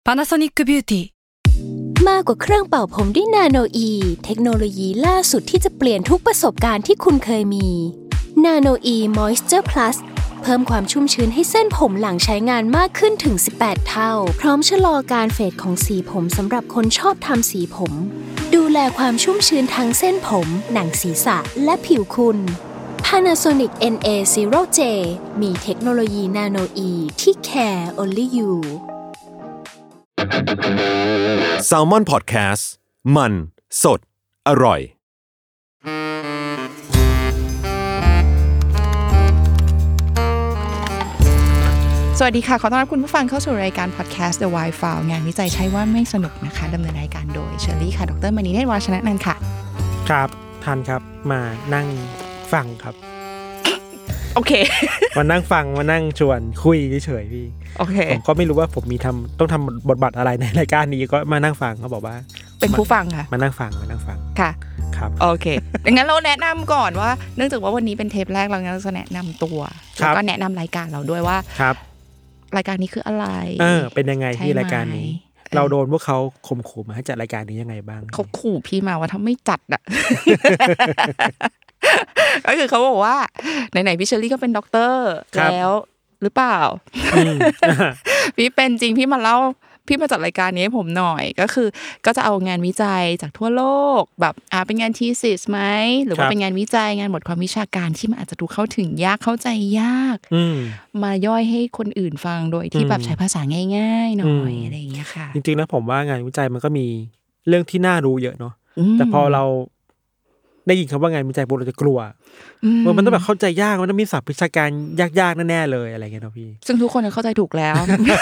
Panasonic Beauty มากกว่าเครื่องเป่าผมด้วยนาโนอีเทคโนโลยีล่าสุดที่จะเปลี่ยนทุกประสบการณ์ที่คุณเคยมีนาโนอีมอยส์เจอร์พลัสเพิ่มความชุ่มชื้นให้เส้นผมหลังใช้งานมากขึ้นถึง18เท่าพร้อมชะลอการเฟดของสีผมสำหรับคนชอบทำสีผมดูแลความชุ่มชื้นทั้งเส้นผมหนังศีรษะและผิวคุณ Panasonic NA0J มีเทคโนโลยีนาโนอีที่ care only you Salmon Podcast มันสดอร่อยสวัสดีค่ะขอต้อนรับคุณผู้ฟังเข้าสู่รายการ Podcast The Why File งานวิจัยใช่ว่าไม่สนุกนะคะดำเนินรายการโดยเชอรี่ค่ะดร.มณีเนตร วาชนะนันท์ค่ะครับทันครับมานั่งฟังครับโอเคมานั่งฟังมานั่งชวนคุยเฉยๆพี่โอเคผมก็ไม่รู้ว่าผมมีต้องทำบทบาทอะไรในรายการนี้ก็มานั่งฟังเขาบอกว่าเป็นผู้ฟังค่ะมานั่งฟังค่ะครับโอเคดังนั้นเราแนะนำก่อนว่าเนื่องจากว่าวันนี้เป็นเทปแรกเราจะแนะนำตัวแล้วก็แนะนำรายการเราด้วยว่าครับรายการนี้คืออะไรเป็นยังไงที่รายการนี้เราโดนพวกเขาข่มขู่มาให้จัดรายการนี้ยังไงบ้างเขาขู่พี่มาว่าถ้าไม่จัดอ่ะ ก็คือเขาบอกว่าไหนๆพี่เชอรี่ก็เป็นด็อกเตอร์แล้วหรือเปล่า พี่เป็นจริงพี่มาจัดรายการนี้ให้ผมหน่อยก็คือก็จะเอางานวิจัยจากทั่วโลกแบบเป็นงานทีซิสไหมหรือว่าเป็นงานวิจัยงานบทความวิชาการที่มันอาจจะดูเข้าถึงยากเข้าใจยากมาย่อยให้คนอื่นฟังโดยที่แบบใช้ภาษาง่ายๆหน่อยอะไรอย่างเงี้ยค่ะจริงๆแล้วผมว่างานวิจัยมันก็มีเรื่องที่น่ารู้เยอะเนาะแต่พอเราได้ยินคำว่างานวิจัยปุ๊บเราจะกลัวว่ามันต้องแบบเข้าใจยากมันต้องมีศัพท์วิชาการยากๆแน่ๆเลยอะไรเงี้ยเนาะพี่ซึ่งทุกคนเข้าใจถูกแล้ว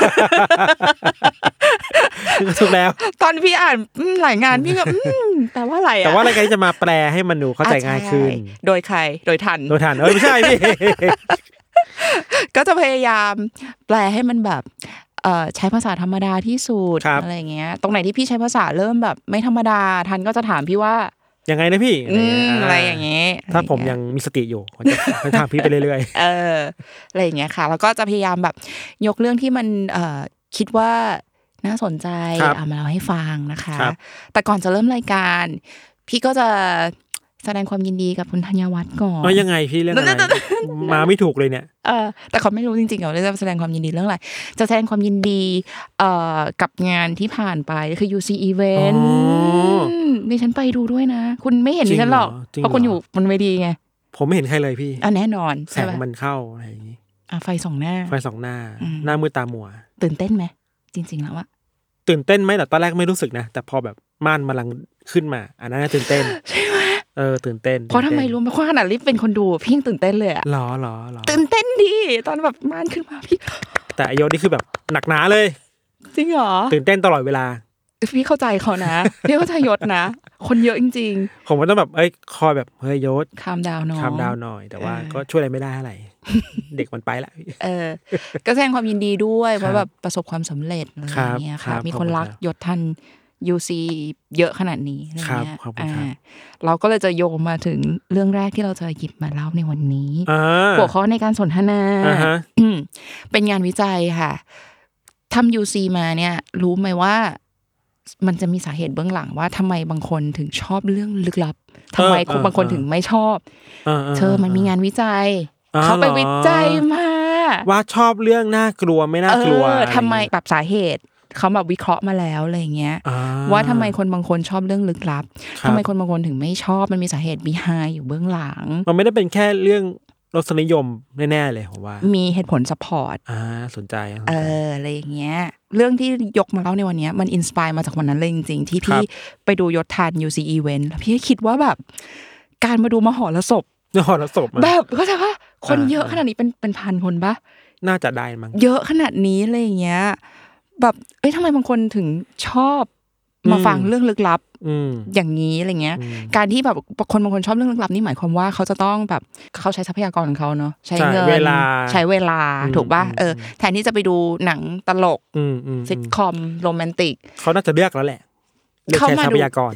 ถูกแล้วตอนพี่อ่านหลายงานพี่ก็แต่ว่าอะไรแต่ว่ารายการจะมาแปลให้มันดูเข้าใจง่ายขึ้นโดยใครโดยทันไม่ใช่พี่ก็จะพยายามแปลให้มันแบบใช้ภาษาธรรมดาที่สุดอะไรเงี้ยตรงไหนที่พี่ใช้ภาษาเริ่มแบบไม่ธรรมดาทันก็จะถามพี่ว่ายังไงนะพี่อะไรอย่างเงี้ยถ้าผมยังมีสติอยู่จะถามพี่ไปเรื่อยๆอะไรอย่างเงี้ยค่ะแล้วก็จะพยายามแบบยกเรื่องที่มันคิดว่าน่าสนใจมาเล่าให้ฟังนะคะแต่ก่อนจะเริ่มรายการพี่ก็จะแสดงความยินดีกับคุณธัญวัฒน์ก่อนยังไงพี่เรื่องอะไรมาไม่ถูกเลยเนี่ยแต่เขาไม่รู้จริงๆว่าจะแสดงความยินดีเรื่องอะไรจะแสดงความยินดีกับงานที่ผ่านไปคือ UC Event ดิฉันไปดูด้วยนะคุณไม่เห็นดิฉันหรอกเพราะคุณอยู่บนเวทีไงผมไม่เห็นใครเลยพี่แน่นอนแสงมันเข้าอะไรอย่างงี้ไฟส่องหน้าหน้ามืดตามัวตื่นเต้นไหมจริงๆแล้วอะตื่นเต้นไหมแต่ตอนแรกไม่รู้สึกนะแต่พอแบบม่านมันลังขึ้นมาอันนั้นตื่นเต้นใช่ไหมตื่นเต้นเพราะทำไมรู้ไหมว่าขนาดลิฟเป็นคนดูพี่ยังตื่นเต้นเลยอะหรอตื่นเต้นดีตอนแบบม่านขึ้นมาพี่แต่อโยนี่คือแบบหนักหนาเลยจริงเหรอตื่นเต้นตลอดเวลาพี่เข้าใจเขานะพี่เข้าใจยศนะคนเยอะจริงๆผมก็ต้องแบบคอยแบบเฮ้ยยศคามดาวน์หน่อยแต่ว่าก็ช่วยอะไรไม่ได้เท่าไหร่เด็กมันไปละก็แสดงความยินดีด้วยเพราะแบบประสบความสำเร็จอะไรอย่างเงี้ยค่ะมีคนรักยศทัน UC เยอะขนาดนี้อะไรเงี้ยเราก็เลยจะโยงมาถึงเรื่องแรกที่เราจะหยิบมาเล่าในวันนี้หัวข้อในการสนทนาเป็นงานวิจัยค่ะทำ UC มาเนี่ยรู้ไหมว่ามันจะมีสาเหตุเบื้องหลังว่าทำไมบางคนถึงชอบเรื่องลึกลับทำไมบางคนถึงไม่ชอบมันมีงานวิจัยเขาไปวิจัยมาว่าชอบเรื่องน่ากลัวไม่น่ากลัวทำไมแบบสาเหตุเขาแบบวิเคราะห์มาแล้วอะไรอย่างเงี้ยว่าทำไมคนบางคนชอบเรื่องลึกลับทำไมคนบางคนถึงไม่ชอบมันมีสาเหตุ behind อยู่เบื้องหลังมันไม่ได้เป็นแค่เรื่องรสนิยมแน่ๆเลยผมว่ามีเหตุผลซัพพอร์ตสนใจอะไรอย่างเงี้ยเรื่องที่ยกมาเล่าในวันนี้มันอินสไปร์มาจากวันนั้นเลยจริงๆที่พี่ไปดูยศทัน UC Event แล้วพี่ก็คิดว่าแบบการมาดูมหรสพแบบเข้าใจว่าคนเยอะขนาดนี้เป็นพันคนปะน่าจะได้มั้งเยอะขนาดนี้อะไรอย่างเงี้ยแบบทำไมบางคนถึงชอบมาฟังเรื่องลึกลับอย่างนี้อะไรเงี้ยการที่แบบคนบางคนชอบเรื่องลึกลับนี่หมายความว่าเขาจะต้องแบบเขาใช้ทรัพยากรของเขาเนาะใช้เงินใช้เวลาถูกป่ะแทนที่จะไปดูหนังตลกซิทคอมโรแมนติกเขาน่าจะเลือกแล้วแหละเขาใช้ทรัพยากรใช่ป่ะ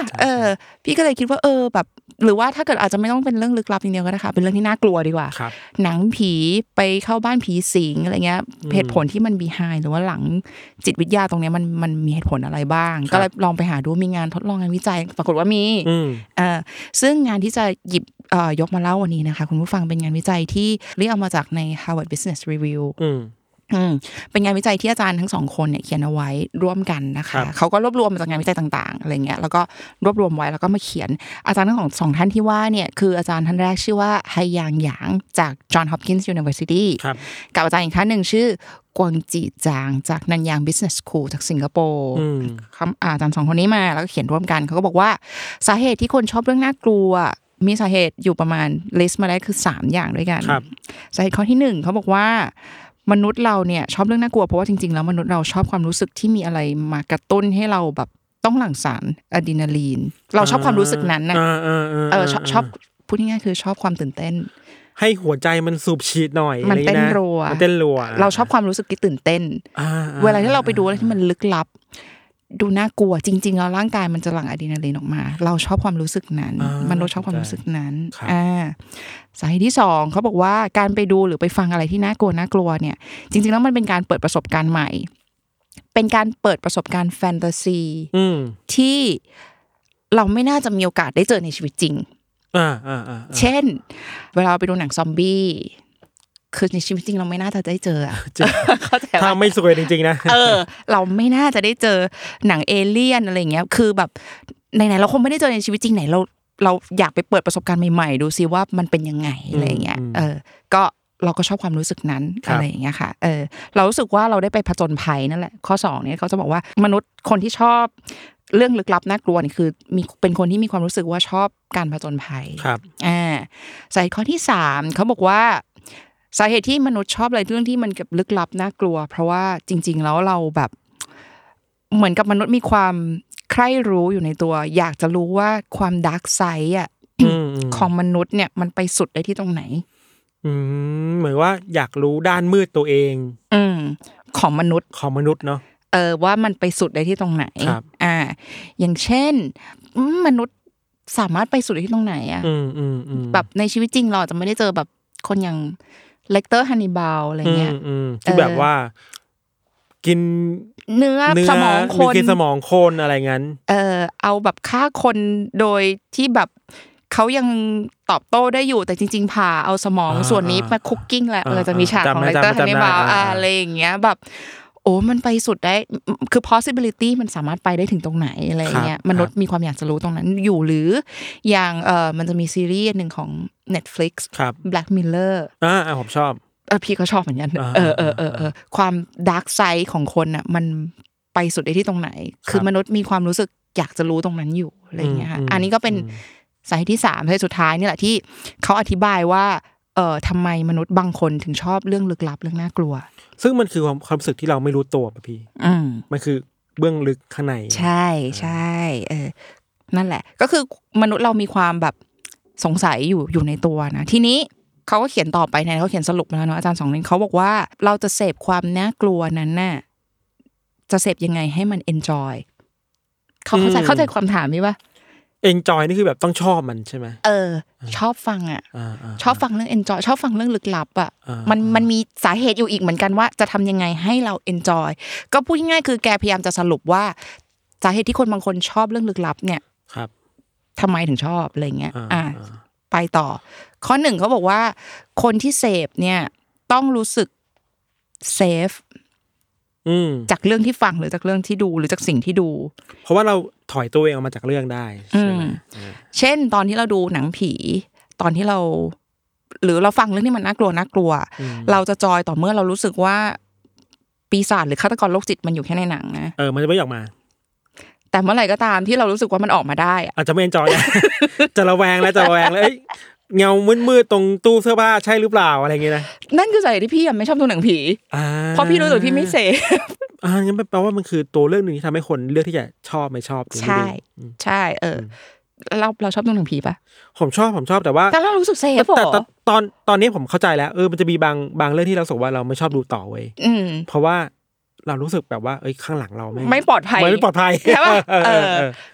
พี่ก็เลยคิดว่าแบบหรือว่าถ้าเกิดอาจจะไม่ต้องเป็นเรื่องลึกลับอย่างเดียวก็ได้ค่ะเป็นเรื่องที่น่ากลัวดีกว่าหนังผีไปเข้าบ้านผีสิงอะไรเงี้ยเหตุผลที่มัน behind หรือว่าหลังจิตวิทยาตรงนี้มันมีเหตุผลอะไรบ้างก็เลยลองไปหาดูมีงานทดลองงานวิจัยปรากฏว่ามีซึ่งงานที่จะหยิบยกมาเล่าวันนี้นะคะคุณผู้ฟังเป็นงานวิจัยที่เรียกเอามาจากใน Harvard Business Reviewเป็นงานวิจัยที่อาจารย์ทั้งสองคนเนี่ยเขียนเอาไว้ร่วมกันนะคะเขาก็รวบรวมมาจากงานวิจัยต่างๆอะไรเงี้ยแล้วก็รวบรวมไว้แล้วก็มาเขียนอาจารย์ทั้งสองท่านที่ว่าเนี่ยคืออาจารย์ท่านแรกชื่อว่าไฮยางหยางจาก Johns Hopkins University กับอาจารย์อีกท่านหนึ่งชื่อกวางจีจางจากนันยาง Business School จากสิงคโปร์อาจารย์สองคนนี้มาแล้วก็เขียนร่วมกันเขาก็บอกว่าสาเหตุที่คนชอบเรื่องน่ากลัวมีสาเหตุอยู่ประมาณลิสต์มาได้คือ3อย่างด้วยกันสาเหตุข้อที่1เขาบอกว่ามนุษย์เราเนี่ยชอบเรื่องน่ากลัวเพราะว่าจริงๆแล้วมนุษย์เราชอบความรู้สึกที่มีอะไรมากระตุ้นให้เราแบบต้องหลั่งสารอะดรีนาลีนเราชอบความรู้สึกนั้นนะชอบพูดง่ายๆคือชอบความตื่นเต้นให้หัวใจมันสูบฉีดหน่อยมันเต้นรัวเราชอบความรู้สึกที่ตื่นเต้นเวลาที่เราไปดูอะไรที่มันลึกลับดูน่ากลัวจริงๆแล้วร่างกายมันจะหลั่งอะดรีนาลีนออกมาเราชอบความรู้สึกนั้นมนุษย์ชอบความรู้สึกนั้นสาเหตุที่2เขาบอกว่าการไปดูหรือไปฟังอะไรที่น่ากลัวเนี่ยจริงๆแล้วมันเป็นการเปิดประสบการณ์ใหม่เป็นการเปิดประสบการณ์แฟนตาซีที่เราไม่น่าจะมีโอกาสได้เจอในชีวิตจริงเช่นเวลาไปดูหนังซอมบี้คือในชีวิตจริงเราไม่น่าจะได้เจอถ้าไม่สวยจริงๆนะเราไม่น่าจะได้เจอหนังเอเลี่ยนอะไรเงี้ยคือแบบไหนๆเราคงไม่ได้เจอในชีวิตจริงไหนเราอยากไปเปิดประสบการณ์ใหม่ๆดูซิว่ามันเป็นยังไงอะไรเงี้ยก็เราก็ชอบความรู้สึกนั้นอะไรอย่างเงี้ยค่ะเรารู้สึกว่าเราได้ไปผจญภัยนั่นแหละข้อ2เนี่ยเขาจะบอกว่ามนุษย์คนที่ชอบเรื่องลึกลับน่ากลัวนี่คือเป็นคนที่มีความรู้สึกว่าชอบการผจญภัยครับสาเหตุข้อที่3เขาบอกว่าสาเหตุที่มนุษย์ชอบอะไรเรื่องที่มันกับลึกลับน่ากลัวเพราะว่าจริงๆแล้วเราแบบเหมือนกับมนุษย์มีความใคร่รู้อยู่ในตัวอยากจะรู้ว่าความดาร์กไซด์อ่ะของมนุษย์เนี่ยมันไปสุดได้ที่ตรงไหนเหมือนว่าอยากรู้ด้านมืดตัวเองของมนุษย์เนาะว่ามันไปสุดได้ที่ตรงไหนอย่างเช่นมนุษย์สามารถไปสุดได้ที่ตรงไหนอ่ะแบบในชีวิตจริงเราจะไม่ได้เจอแบบคนอย่างเลกเตอร์ฮันนิบาลอะไรเงี้ยที่แบบว่ากินเนื้อสมองคนกินสมองคนอะไรงั้นเอาแบบฆ่าคนโดยที่แบบเขายังตอบโต้ได้อยู่แต่จริงๆผ่าเอาสมองส่วนนี้มาคุกกิ้งแหละจะมีฉากของเลกเตอร์ฮันนิบาลอะไรอย่างเงี้ยแบบโอ้มันไปสุดได้คือ possibility มันสามารถไปได้ถึงตรงไหนอะไรเงี้ยมนุษย์มีความอยากจะรู้ตรงนั้นอยู่หรืออย่างมันจะมีซีรีส์นึงของ Netflix Black Mirror ผมชอบพี่ก็ชอบเหมือนกันความดาร์กไซด์ของคนน่ะมันไปสุดได้ที่ตรงไหนคือมนุษย์มีความรู้สึกอยากจะรู้ตรงนั้นอยู่อะไรเงี้ยค่ะอันนี้ก็เป็นสาเหตุที่3สาเหตุสุดท้ายนี่แหละที่เขาอธิบายว่าทำไมมนุษย์บางคนถึงชอบเรื่องลึกลับเรื่องน่ากลัวซึ่งมันคือความรู้สึกที่เราไม่รู้ตัวป่ะพี่มันคือเบื้องลึกข้างในใช่ใช่นั่นแหละก็คือมนุษย์เรามีความแบบสงสัยอยู่ในตัวนะทีนี้เขาก็เขียนต่อไปเนี่ยเขาเขียนสรุปมาแล้วเนาะอาจารย์2คนเขาบอกว่าเราจะเสพความน่ากลัวนั้นน่ะจะเสพยังไงให้มัน enjoy เขาเข้าใจความถามนี้ป่ะ enjoy นี่คือแบบต้องชอบมันใช่ไหมชอบฟังชอบฟังเรื่อง enjoy ชอบฟังเรื่องลึกลับมันมีสาเหตุอยู่อีกเหมือนกันว่าจะทำยังไงให้เรา enjoy ก็พูดง่ายๆคือแกพยายามจะสรุปว่าสาเหตุที่คนบางคนชอบเรื่องลึกลับเนี่ยทำไมถึงชอบอะไรเงี้ยไปต่อข้อ1เขาบอกว่าคนที่เสพเนี่ยต้องรู้สึกเซฟจากเรื่องที่ฟังหรือจากเรื่องที่ดูหรือจากสิ่งที่ดูเพราะว่าเราถอยตัวเองออกมาจากเรื่องได้ใช่ไหมเช่นตอนที่เราดูหนังผีตอนที่เราหรือเราฟังเรื่องที่มันน่ากลัวเราจะจอยต่อเมื่อเรารู้สึกว่าปีศาจหรือฆาตกรโรคจิตมันอยู่แค่ในหนังนะมันจะไม่ออกมาแต่เมื่อไหร่ก็ตามที่เรารู้สึกว่ามันออกมาได้อาจจะไม่เอนจอยจะระแวงแล้วเงามืดๆตรงตู้เสื้อผ้าใช่หรือเปล่าอะไรอย่างเงี้ยนะนั่นคือสาเหตุที่พี่ไม่ชอบดูหนังผีเพราะพี่รู้สึกพี่ไม่เสพงั้นแปลว่ามันคือตัวเรื่องนึงที่ทำให้คนเลือกที่จะชอบไม่ชอบใช่เราชอบดูหนังผีป่ะผมชอบแต่ว่าเรารู้สึกเสพแต่ตอนนี้ผมเข้าใจแล้วมันจะมีบางเรื่องที่เราสึกว่าเราไม่ชอบดูต่อเว้ยเพราะว่าเรารู้สึกแบบว่าข้างหลังเราไม่ปลอดภัยใช่ป่ะเขา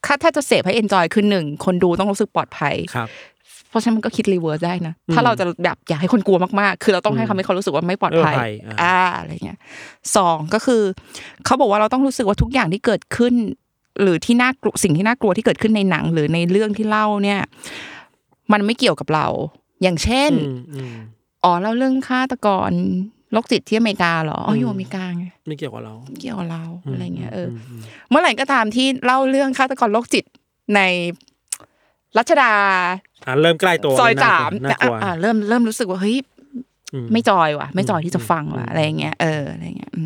ถ้าจะเสพให้เอนจอยคือ1คนดูต้องรู้สึกปลอดภัยครับเพราะฉะนั้นมันก็คิดรีเวิร์สได้นะถ้าเราจะแบบอยากให้คนกลัวมากๆคือเราต้องให้เขารู้สึกว่าไม่ปลอดภัยอะไรเงี้ย2ก็คือเขาบอกว่าเราต้องรู้สึกว่าทุกอย่างที่เกิดขึ้นหรือที่น่ากลัวสิ่งที่น่ากลัวที่เกิดขึ้นในหนังหรือในเรื่องที่เล่าเนี่ยมันไม่เกี่ยวกับเราอย่างเช่นเล่าเรื่องฆาตกรโรคจิตที่อเมริกาเหรออยู่อเมริกาไงไม่เกี่ยวกับเราเกี่ยวกับเราอะไรเงี้ยเมื่อไหร่ก็ตามที่เล่าเรื่องฆาตกรโรคจิตในรัชดาเริ่มใกล้ตัวซอย3เริ่มรู้สึกว่าเฮ้ยไม่จอยว่ะไม่จอยที่จะฟังว่ะอะไรเงี้ยอะไรเงี้ย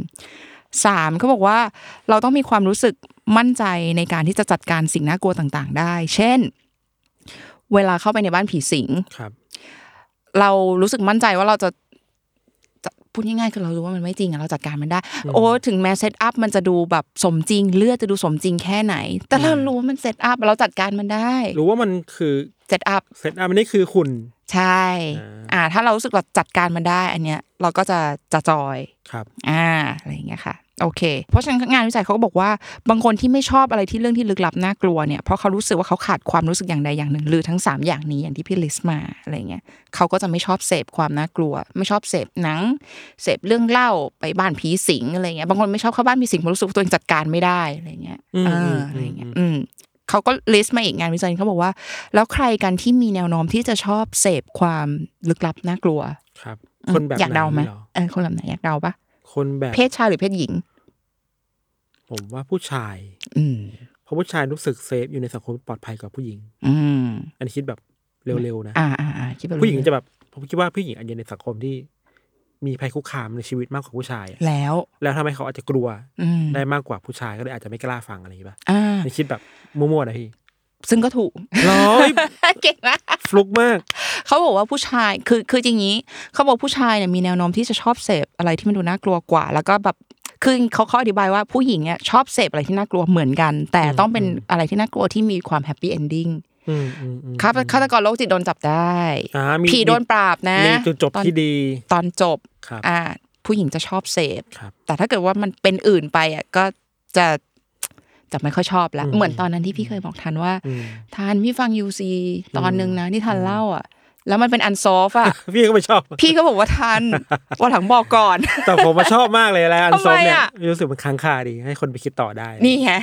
3เขาบอกว่าเราต้องมีความรู้สึกมั่นใจในการที่จะจัดการสิ่งน่ากลัวต่างๆได้เช่นเวลาเข้าไปในบ้านผีสิงเรารู้สึกมั่นใจว่าเราจะพูดง่ายๆคือเรารู้ว่ามันไม่จริงเราจัดการมันได้ถึงแม้เซตอัพมันจะดูแบบสมจริงเลือดจะดูสมจริงแค่ไหนแต่เรารู้ว่ามันเซตอัพเราจัดการมันได้รู้ว่ามันคือเซตอัพมันนี่คือคุณใช่ถ้าเรารู้สึกเราจัดการมันได้อันเนี้ยเราก็จะจอยครับอะไรอย่างเงี้ยค่ะโอเคเพราะฉะนั้นงานวิจัยเขาก็บอกว่าบางคนที่ไม่ชอบอะไรที่เรื่องที่ลึกลับน่ากลัวเนี่ยเพราะเขารู้สึกว่าเขาขาดความรู้สึกอย่างใดอย่างหนึ่งหรือทั้ง3อย่างนี้อย่างที่พี่ลิสต์มาอะไรเงี้ยเขาก็จะไม่ชอบเสพความน่ากลัวไม่ชอบเสพหนังเสพเรื่องเล่าไปบ้านผีสิงอะไรเงี้ยบางคนไม่ชอบเข้าบ้านผีสิงเพราะรู้สึกว่าตัวเองจัดการไม่ได้อะไรเงี้ยอะไรเงี้ยเขาก็ลิสต์มาอีกงานวิจัยเขาบอกว่าแล้วใครกันที่มีแนวโน้มที่จะชอบเสพความลึกลับน่ากลัวครับคนแบบอยากเดาไหมคนแบบไหนอยากเดาปะคนแบบเพศชายหรือเพศหญิงผมว่าผู้ชายเพราะผู้ชายรู้สึกเซฟอยู่ในสังคมปลอดภัยกว่าผู้หญิงอันนี้คิดแบบเร็วๆนะคิดแบบผู้หญิงจะแบบผมคิดว่าผู้หญิงอาจจะในสังคมที่มีภัยคุกคามในชีวิตมากกว่าผู้ชายแล้วทำให้เขาอาจจะกลัวได้มากกว่าผู้ชายก็เลยอาจจะไม่กล้าฟังอะไรอย่างนี้ป่ะในคิดแบบมั่วๆนะพี่ซึ่งก็ถูกเก่งมากฟลุกมากเขาบอกว่าผู้ชายคือจริงนี้เขาบอกผู้ชายเนี่ยมีแนวโน้มที่จะชอบเสพอะไรที่มันดูน่ากลัวกว่าแล้วก็แบบคือเขาอธิบายว่าผู้หญิงเนี่ยชอบเสพอะไรที่น่ากลัวเหมือนกันแต่ต้องเป็นอะไรที่น่ากลัวที่มีความแฮปปี้เอนดิ้งฆาตกรโรคจิตโดนจับได้ผีโดนปราบนะมีจุดจบที่ดีตอนจบผู้หญิงจะชอบเสพแต่ถ้าเกิดว่ามันเป็นอื่นไปก็จะไม่ค่อยชอบแล้วเหมือนตอนนั้นที่พี่เคยบอกทันว่าทันพี่ฟัง UC ตอนนึงนะที่ทันเล่าแล้วมันเป็นอันซอฟอ่ะพี่ก็ไม่ชอบพี่ก็บอกว่าทันว่าถังบอกก่อนแต่ผมมาชอบมากเลยแล้วอันซอฟเนี่ยรู้สึกมันค้างคาดีให้คนไปคิดต่อได้นี่ไง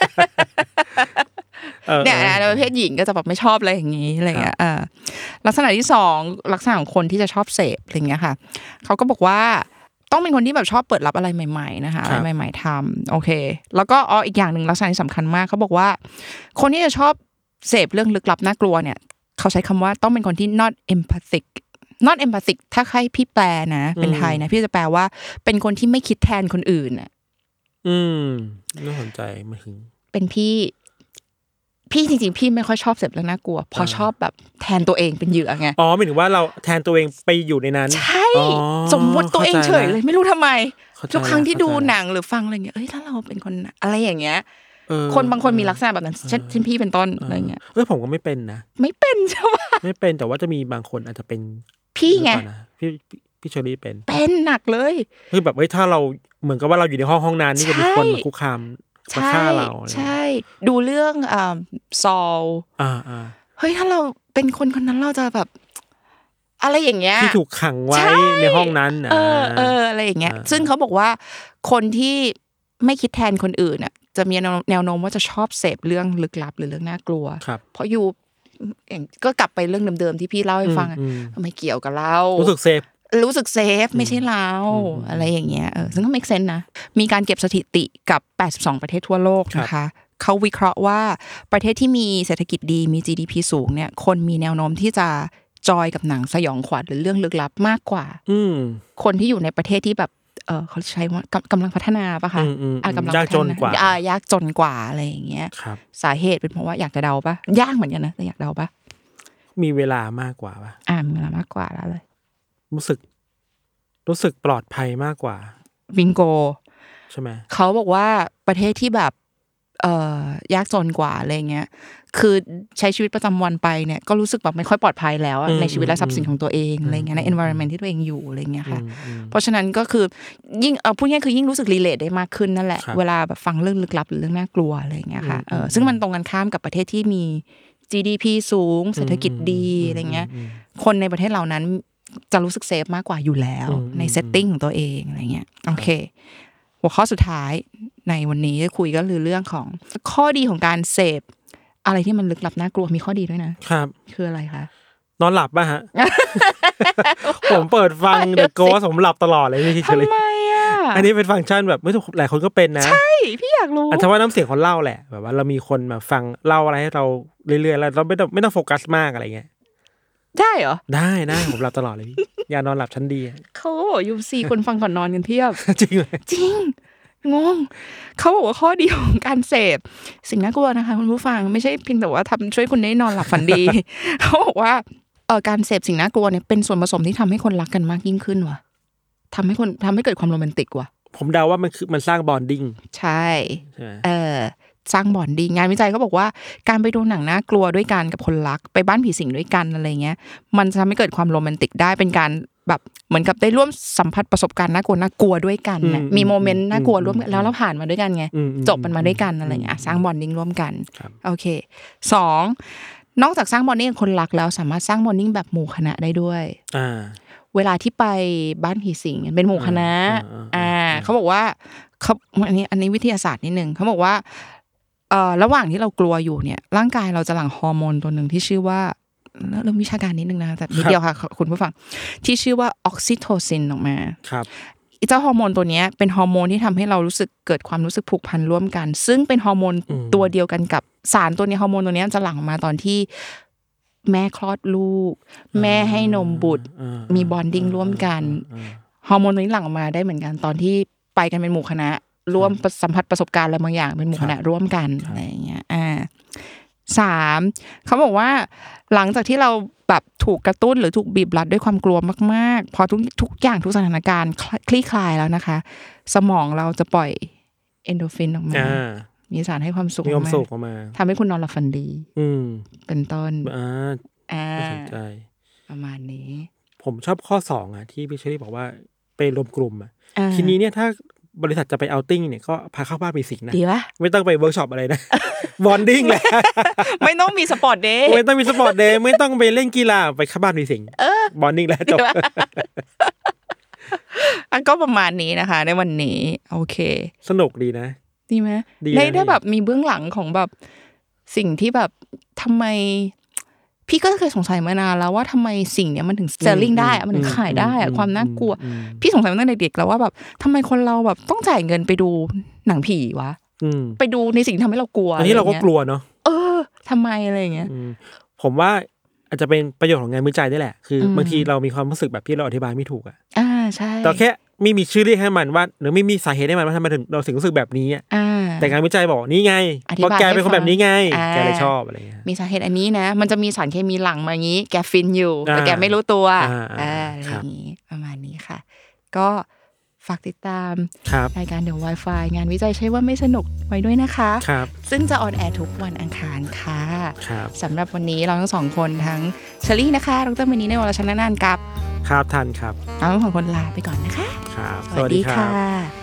เนี่ยประเภทหญิงก็จะแบบไม่ชอบอะไรอย่างนี้อะไรเงี้ยลักษณะที่2ลักษณะของคนที่จะชอบเสพอะไรเงี้ยค่ะเขาก็บอกว่าต้องเป็นคนที่แบบชอบเปิดรับอะไรใหม่ๆนะคะอะไรใหม่ๆทำโอเคแล้วก็อีกอย่างหนึ่งลักษณะที่สำคัญมากเขาบอกว่าคนที่จะชอบเสพเรื่องลึกลับน่ากลัวเนี่ยเขาใช้คำว่าต้องเป็นคนที่ not empathic ถ้าให้พี่แปลนะเป็นไทยนะพี่จะแปลว่าเป็นคนที่ไม่คิดแทนคนอื่นน่าสนใจมาถึงเป็นพี่จริงๆพี่ไม่ค่อยชอบเสพเรื่องน่ากลัวพอชอบแบบแทนตัวเองเป็นเหยื่อไงหมายถึงว่าเราแทนตัวเองไปอยู่ในนั้นใช่สมมติตัวเองเฉยเลยไม่รู้ทำไมทุกครั้งที่ดูหนังหรือฟังอะไรเงี้ยถ้าเราเป็นคนอะไรอย่างเงี้ยคนบางคนมีลักษณะแบบนั้นเช่นพี่เป็นต้นอะไรเงี้ยผมก็ไม่เป็นนะไม่เป็นใช่ไหมไม่เป็นแต่ว่าจะมีบางคนอาจจะเป็นพี่ไงพี่เชอรี่เป็นหนักเลยคือแบบถ้าเราเหมือนกับว่าเราอยู่ในห้องนั้นนี่จะมีคนมาคุกคามมาฆ่าเราใช่ดูเรื่องซอลเฮ้ยถ้าเราเป็นคนนั้นเราจะแบบอะไรอย่างเงี้ยที่ถูกขังไว้ในห้องนั้นอะไรอย่างเงี้ยซึ่งเขาบอกว่าคนที่ไม่คิดแทนคนอื่นอ่ะจะมีแนวโน้มว่าจะชอบเสพเรื่องลึกลับหรือเรื่องน่ากลัวเพราะอยู่ก็กลับไปเรื่องเดิมๆที่พี่เล่าให้ฟังไม่เกี่ยวกับเรารู้สึกเซฟไม่ใช่เราอะไรอย่างเงี้ยซึ่งก็ make sense นะมีการเก็บสถิติกับ82ประเทศทั่วโลกนะคะเขาวิเคราะห์ว่าประเทศที่มีเศรษฐกิจดีมี GDP สูงเนี่ยคนมีแนวโน้มที่จะจอยกับหนังสยองขวัญหรือเรื่องลึกลับมากกว่าคนที่อยู่ในประเทศที่แบบเขาใช้ว่ากำลังพัฒนาป่ะคะกำลังยากจนกว่ายากจนกว่าอะไรอย่างเงี้ยสาเหตุเป็นเพราะว่าอยากจะเดาป่ะยากเหมือนกันนะแต่อยากเดาป่ะมีเวลามากกว่าป่ะมีเวลามากกว่าแล้วเลยรู้สึกปลอดภัยมากกว่าบิงโกใช่ไหมเขาบอกว่าประเทศที่แบบยากจนกว่าอะไรเงี้ยคือใช้ชีวิตประจำวันไปเนี่ยก็รู้สึกแบบไม่ค่อยปลอดภัยแล้วในชีวิตและทรัพย์สินของตัวเองอะไรเงี้ยใน environment ที่ตัวเองอยู่อะไรเงี้ยค่ะเพราะฉะนั้นก็คือยิ่งพูดง่ายคือยิ่งรู้สึก relate ได้มากขึ้นนั่นแหละเวลาแบบฟังเรื่องลึกลับหรือเรื่องน่ากลัวอะไรเงี้ยค่ะซึ่งมันตรงกันข้ามกับประเทศที่มี GDP สูงเศรษฐกิจดีอะไรเงี้ยคนในประเทศเหล่านั้นจะรู้สึกเซฟมากกว่าอยู่แล้วในเซตติ้งของตัวเองอะไรเงี้ยโอเคหัวข้อสุดท้ายในวันนี้จะคุยก็คือเรื่องของข้อดีของการเสพอะไรที่มันลึกลับน่ากลัวมีข้อดีด้วยนะครับคืออะไรคะนอนหลับป่ะฮะ ผมเปิดฟัง The Ghost ผมหลับตลอดเลยพี่ทำไมอ่ะอันนี้เป็นฟังก์ชันแบบไม่ทุกหลายคนก็เป็นนะใช่พี่อยากรู้อาจจะว่าน้ำเสียงคนเล่าแหละแบบว่าเรามีคนมาฟังเล่าอะไรให้เราเรื่อยๆแล้วเราไม่ต้องโฟกัสมากอะไรเงี้ยได้เหรอได้ผมหลับตลอดเลยพี่ยานอนหลับชั้นดีเขาบอกยูซีคนฟังก่อนนอนกันเพียบจริงเลยจริงงงเขาบอกว่าข้อดีของการเสพสิ่งน่ากลัวนะคะคุณผู้ฟังไม่ใช่เพียงแต่ว่าทำช่วยคุณได้นอนหลับฝันดี เขาบอกว่าการเสพสิ่งน่ากลัวเนี่ยเป็นส่วนผสมที่ทำให้คนรักกันมากยิ่งขึ้นว่ะทำให้เกิดความโรแมนติกว่ะผมเดาว่ามันสร้างบอนดิ้งใช่สร้างบอนดิ้งงานวิจัยเขาบอกว่าการไปดูหนังน่ากลัวด้วยกันกับคนรักไปบ้านผีสิงด้วยกันอะไรเงี้ยมันจะทำให้เกิดความโรแมนติกได้เป็นการแบบเหมือนกับได้ร่วมสัมผัสประสบการณ์น่ากลัวด้วยกันนะมีโมเมนต์น่ากลัวร่วมแล้วเราผ่านมาด้วยกันไงจบมันมาด้วยกันอะไรเงี้ยสร้างบอนดิ้งร่วมกันโอเค2นอกจากสร้างบอนดิ้งกับคนรักแล้วสามารถสร้างบอนดิ้งแบบหมู่คณะได้ด้วยเวลาที่ไปบ้านผีสิงเป็นหมู่คณะเขาบอกว่าเขาอันนี้วิทยาศาสตร์นิดนึงเขาบอกว่าระหว่างที่เรากลัวอยู่เนี่ยร่างกายเราจะหลั่งฮอร์โมนตัวหนึ่งที่ชื่อว่าเรื่องวิชาการนิดนึงนะแต่นิดเดียวค่ะคุณผู้ฟังที่ชื่อว่าออกซิโทซินออกมาครับเจ้าฮอร์โมนตัวนี้เป็นฮอร์โมนที่ทำให้เรารู้สึกเกิดความรู้สึกผูกพันร่วมกันซึ่งเป็นฮอร์โมนตัวเดียวกันกับสารตัวนี้ฮอร์โมนตัวนี้จะหลั่งมาตอนที่แม่คลอดลูกแม่ให้นมบุตรมีบอนดิ้งร่วมกันฮอร์โมนตัวนี้หลั่งมาได้เหมือนกันตอนที่ไปกันเป็นหมู่คณะร่วมสัมผัสประสบการณ์อะไรบางอย่างเป็นหมู่คณะร่วมกันอะไรอย่างเงี้ย3เขาบอกว่าหลังจากที่เราแบบถูกกระตุ้นหรือถูกบีบรัดด้วยความกลัวมากๆพอทุกอย่างทุกสถานการณ์คลี่คลายแล้วนะคะสมองเราจะปล่อยเอนโดรฟินออกมามีสารให้ความสุขออกมาทำให้คุณนอนหลับฝันดีเป็นต้นสนใจประมาณนี้ผมชอบข้อ2ที่พี่เชอรี่บอกว่าไปรวมกลุ่มทีนี้เนี่ยถ้าบริษัทจะไปเอาติ้งเนี่ยก็พาเข้าบ้านผีสิงนะดีปะไม่ต้องไปเวิร์กช็อปอะไรนะบอนดิ้งแหละไม่ต้องมีสปอร์ตเดย์ไม่ต้องมีสปอร์ตเดย์ไม่ต้องไปเล่นกีฬาไปเข้าบ้านผีสิงบอนดิ้งแล้วจบก็ประมาณนี้นะคะในวันนี้โอเคสนุกดีนะดีไหมได้แบบมีเบื้องหลังของแบบสิ่งที่แบบทำไมพี่ก็เคยสงสัยมานานแล้วว่าทำไมสิ่งเนี้ยมันถึงเซลลิ่งได้มันถึงขายได้ความน่ากลัวพี่สงสัยมาตั้งแต่เด็กแล้วว่าแบบทำไมคนเราแบบต้องจ่ายเงินไปดูหนังผีวะไปดูในสิ่งที่ทำให้เรากลัวอันนี้เราก็กลัวเนาะทำไมอะไรอย่างเงี้ยผมว่าอาจจะเป็นประโยชน์ของงานวิจัยนี่แหละคือบางทีเรามีความรู้สึกแบบที่เราอธิบายไม่ถูกใช่แต่แค่ไม่มีชื่อเรียกให้มันว่าหรือไม่มีสาเหตุให้มันว่าทำไมถึงเราถึงรู้สึกแบบนี้แต่งานวิจัยบอกนี่ไงเพราะแกเป็นคนแบบนี้ไงแกเลยชอบอะไรเงี้ยมีสาเหตุอันนี้นะมันจะมีสารเคมีหลั่งมาอย่างนี้แกฟินอยู่แต่แกไม่รู้ตัวอะไรอย่างนี้ประมาณนี้ค่ะก็ฝากติดตามรายการ The Wi-Fi งานวิจัยใช่ว่าไม่สนุกไว้ด้วยนะคะซึ่งจะออนแอร์ทุกวันอังคารค่ะสำหรับวันนี้เราทั้ง2คนทั้งเชอรี่นะคะดร.มณีในวรชนนันท์กับครับทันครับเราทั้ง2คนลาไปก่อนนะคะครับสวัสดีค่ะ